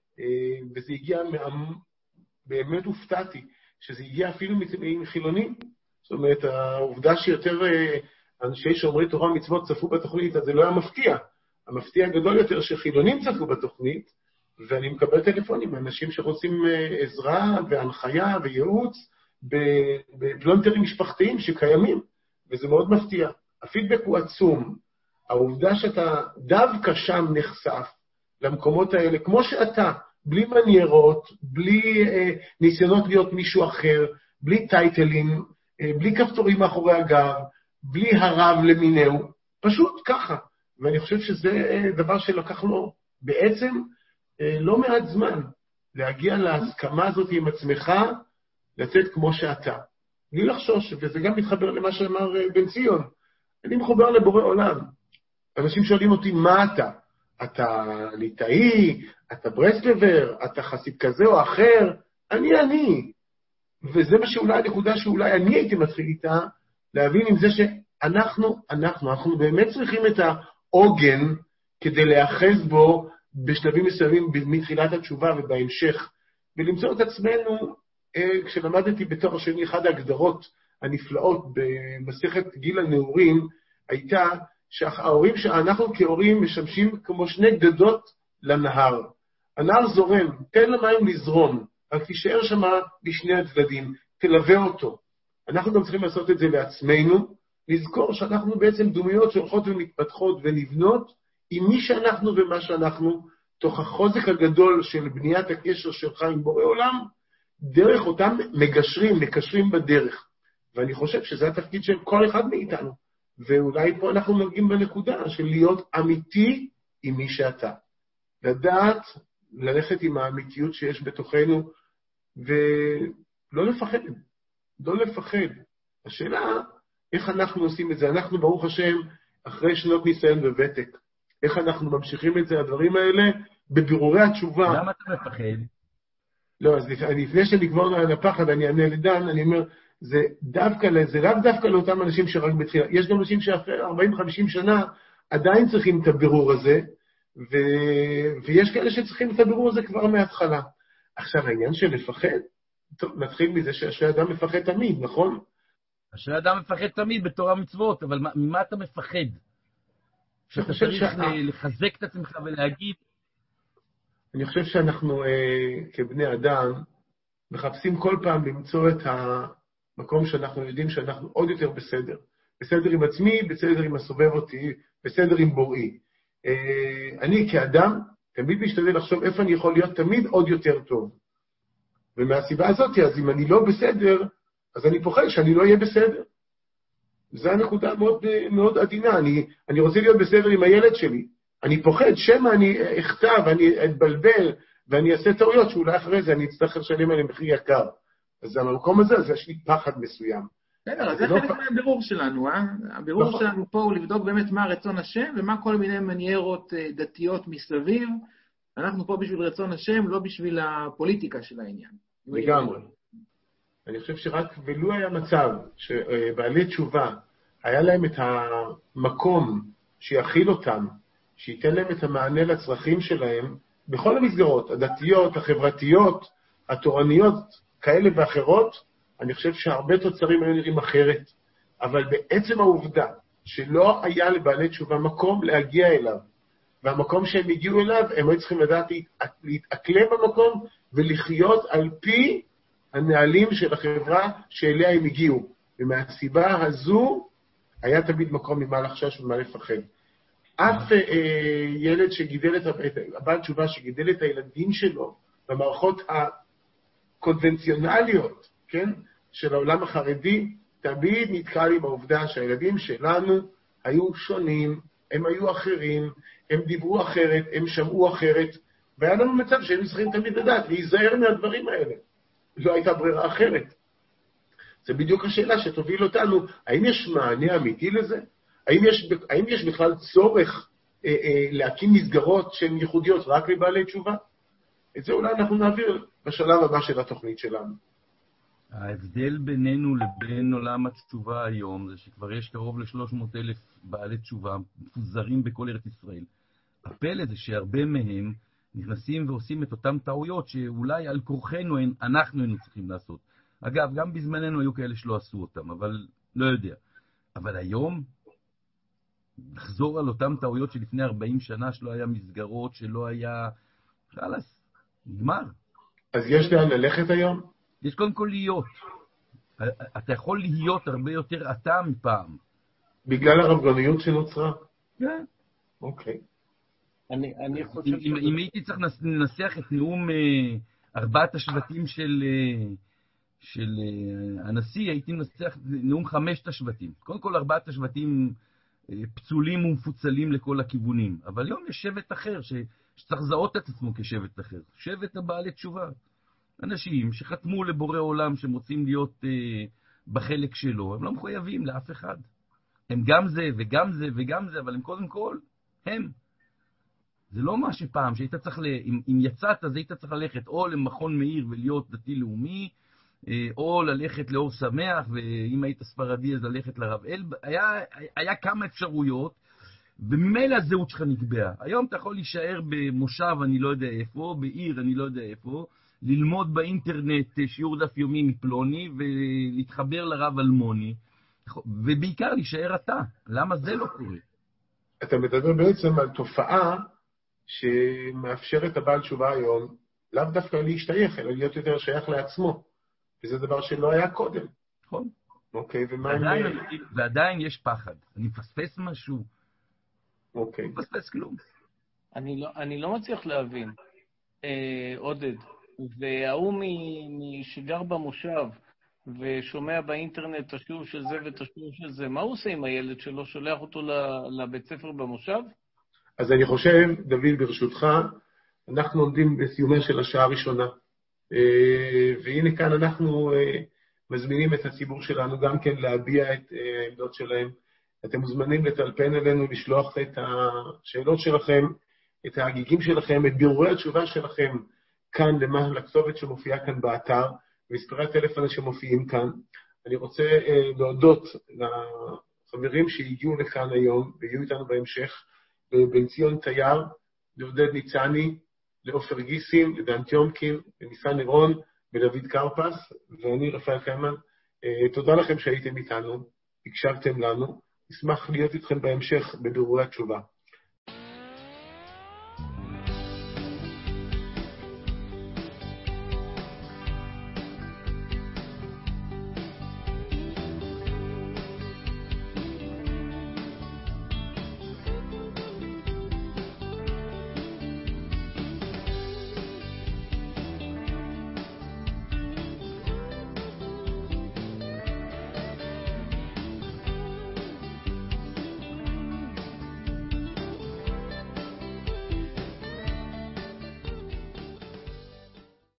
וזה הגיע, מה, באמת הופתעתי, שזה הגיע אפילו מחילונים. זאת אומרת, העובדה שיותר אנשי שומרי תורה ומצוות צפו בתוכנית, אז זה לא היה מפתיע. המפתיע הגדול יותר שחילונים צפו בתוכנית, ואני מקבל טלפונים מאנשים שרוצים עזרה והנחיה וייעוץ בפלונטרים משפחתיים שקיימים, וזה מאוד מפתיע. הפידבק הוא עצום. העובדה שאתה דווקא שם נחשף למקומות האלה, כמו שאתה, בלי מניירות, בלי אה, ניסיונות להיות מישהו אחר, בלי טייטלים, אה, בלי כפתורים מאחורי הגב, בלי הרב למיניהו, פשוט ככה. ואני חושב שזה אה, דבר שלקח לו בעצם אה, לא מעט זמן, להגיע להסכמה הזאת עם עצמך, לצאת כמו שאתה. בלי לחשוש, וזה גם מתחבר למה שאמר אה, בן ציון. אני מחובר לבורא עולם. אנשים שואלים אותי, מה אתה? אתה ליטאי, אתה ברסלבר, אתה חסיד כזה או אחר, אני אני. וזה מה שאולי הנקודה שאולי אני הייתי מתחיל איתה, להבין עם זה שאנחנו, אנחנו, אנחנו באמת צריכים את העוגן כדי להאחז בו בשלבים מסוימים מתחילת התשובה ובהמשך, ולמצוא את עצמנו, כשלמדתי בתואר שני, אחד ההגדרות הנפלאות במסכת גיל הנעורים, הייתה שההורים שאנחנו כהורים משמשים כמו שני גדות לנהר. הנהר זורם, תן למים לזרום, רק תישאר שם בשני הצדדים, תלווה אותו. אנחנו גם צריכים לעשות את זה לעצמנו, לזכור שאנחנו בעצם דמויות שהולכות ומתפתחות ונבנות עם מי שאנחנו ומה שאנחנו, תוך החוזק הגדול של בניית הקשר שלך עם בורא עולם, דרך אותם מגשרים, מקשרים בדרך. ואני חושב שזה התפקיד של כל אחד מאיתנו. ואולי פה אנחנו נוגעים בנקודה של להיות אמיתי עם מי שאתה. לדעת, ללכת עם האמיתיות שיש בתוכנו, ולא לפחד. לא לפחד. השאלה, איך אנחנו עושים את זה? אנחנו, ברוך השם, אחרי שנות ניסיון וותק. איך אנחנו ממשיכים את זה, הדברים האלה, בבירורי התשובה. למה אתה מפחד? לא, אז לפני שנגמור על הפחד, אני אענה לדן, אני אומר, זה דווקא, זה לאו דווקא לאותם אנשים שרק בתחילה. יש גם אנשים שאחרי ארבעים חמישים שנה עדיין צריכים את הבירור הזה, ו... ויש כאלה שצריכים את הבירור הזה כבר מההתחלה. עכשיו, העניין של לפחד, טוב, נתחיל מזה שהאדם מפחד תמיד, נכון? שהאדם מפחד תמיד בתור המצוות, אבל ממה אתה מפחד? שאתה צריך ש... לחזק את עצמך ולהגיד... אני חושב שאנחנו אה, כבני אדם מחפשים כל פעם למצוא את המקום שאנחנו יודעים שאנחנו עוד יותר בסדר. בסדר עם עצמי, בסדר עם הסובב אותי, בסדר עם בוראי. אה, אני כאדם תמיד משתדל לחשוב איפה אני יכול להיות תמיד עוד יותר טוב. ומהסיבה הזאת, אז אם אני לא בסדר, אז אני פוחד שאני לא אהיה בסדר. זו הנקודה מאוד, מאוד עדינה. אני, אני רוצה להיות בסדר עם הילד שלי. אני פוחד שמא אני אכתב, אני אתבלבל, ואני אעשה טעויות, שאולי אחרי זה אני אצטרך לשלם עליהם מחיר יקר. אז המקום הזה, אז יש לי פחד מסוים. בסדר, אז זה חלק מהבירור שלנו, אה? הבירור שלנו פה הוא לבדוק באמת מה רצון השם, ומה כל מיני מניירות דתיות מסביב. אנחנו פה בשביל רצון השם, לא בשביל הפוליטיקה של העניין. לגמרי. אני חושב שרק ולו היה מצב שבעלי תשובה, היה להם את המקום שיכיל אותם, שייתן להם את המענה לצרכים שלהם, בכל המסגרות, הדתיות, החברתיות, התורניות, כאלה ואחרות, אני חושב שהרבה תוצרים היו נראים אחרת. אבל בעצם העובדה שלא היה לבעלי תשובה מקום להגיע אליו, והמקום שהם הגיעו אליו, הם היו צריכים לדעת להתאקלם במקום, ולחיות על פי הנהלים של החברה שאליה הם הגיעו. ומהסיבה הזו, היה תמיד מקום ממה לחשש ומה לפחד. אף אה, ילד שגידל את, הבעל תשובה שגידל את הילדים שלו, במערכות הקונבנציונליות, כן, של העולם החרדי, תמיד נתקל עם העובדה שהילדים שלנו היו שונים, הם היו אחרים, הם דיברו אחרת, הם שמעו אחרת, והיה לנו מצב שהם צריכים תמיד לדעת, להיזהר מהדברים האלה. לא הייתה ברירה אחרת. זה בדיוק השאלה שתוביל אותנו, האם יש מענה אמיתי לזה? האם יש, האם יש בכלל צורך אה, אה, להקים מסגרות שהן ייחודיות רק לבעלי תשובה? את זה אולי אנחנו נעביר בשלב הבא של התוכנית שלנו. ההבדל בינינו לבין עולם התשובה היום, זה שכבר יש קרוב ל-שלוש מאות אלף בעלי תשובה, מפוזרים בכל ארץ ישראל. הפלא זה שהרבה מהם נכנסים ועושים את אותם טעויות שאולי על כורחנו אנחנו היינו צריכים לעשות. אגב, גם בזמננו היו כאלה שלא עשו אותם, אבל לא יודע. אבל היום, לחזור על אותם טעויות שלפני ארבעים שנה, שלא היה מסגרות, שלא היה... חלס, נגמר. אז יש לאן ללכת היום? יש קודם כל להיות. אתה יכול להיות הרבה יותר אתה מפעם. בגלל הרבגוניות שנוצרה? כן. אוקיי. אני, אני חושב... אם, אם הייתי צריך לנסח את נאום אה, ארבעת השבטים של, אה, של אה, הנשיא, הייתי מנסח נאום חמשת השבטים. קודם כל, ארבעת השבטים אה, פצולים ומפוצלים לכל הכיוונים. אבל היום יש שבט אחר ש, שצריך לזהות את עצמו כשבט אחר. שבט הבעלי תשובה. אנשים שחתמו לבורא עולם שהם רוצים להיות אה, בחלק שלו, הם לא מחויבים לאף אחד. הם גם זה וגם זה וגם זה, אבל הם קודם כל, הם. זה לא מה שפעם, שהיית צריך, ל... אם, אם יצאת, אז היית צריך ללכת או למכון מאיר ולהיות דתי-לאומי, או ללכת לאור שמח, ואם היית ספרדי, אז ללכת לרב אל. היה, היה כמה אפשרויות, וממילא הזהות שלך נקבעה. היום אתה יכול להישאר במושב, אני לא יודע איפה, בעיר, אני לא יודע איפה, ללמוד באינטרנט שיעור דף יומי מפלוני, ולהתחבר לרב אלמוני, ובעיקר להישאר אתה. למה זה לא קורה? אתה מדבר בעצם על תופעה שמאפשרת הבעל תשובה היום, לאו דווקא להשתייך, אלא להיות יותר שייך לעצמו. וזה דבר שלא היה קודם. נכון. אוקיי, ומה... ועדיין, אני... ועדיין יש פחד. אני מפספס משהו. אוקיי. אני מפספס כלום. אני לא, אני לא מצליח להבין. אה, עודד, והוא שגר במושב, ושומע באינטרנט את השיעור של זה ואת השיעור של זה, מה הוא עושה עם הילד שלו? שולח אותו לבית ספר במושב? אז אני חושב, דוד, ברשותך, אנחנו עומדים בסיומה של השעה הראשונה. והנה כאן אנחנו מזמינים את הציבור שלנו גם כן להביע את העמדות שלהם. אתם מוזמנים לטלפן אלינו, לשלוח את השאלות שלכם, את ההגיגים שלכם, את בירורי התשובה שלכם כאן למעלה לכתובת שמופיעה כאן באתר, ומספרי הטלפון שמופיעים כאן. אני רוצה להודות לחברים שהגיעו לכאן היום ויהיו איתנו בהמשך, בן ציון תייר, לעודד ניצני, לאופר גיסין, לדן תיומקין, לניסן נירון, ולדוד קרפס, ואני רפאל קיימן. תודה לכם שהייתם איתנו, הקשבתם לנו, נשמח להיות איתכם בהמשך בבירורי התשובה.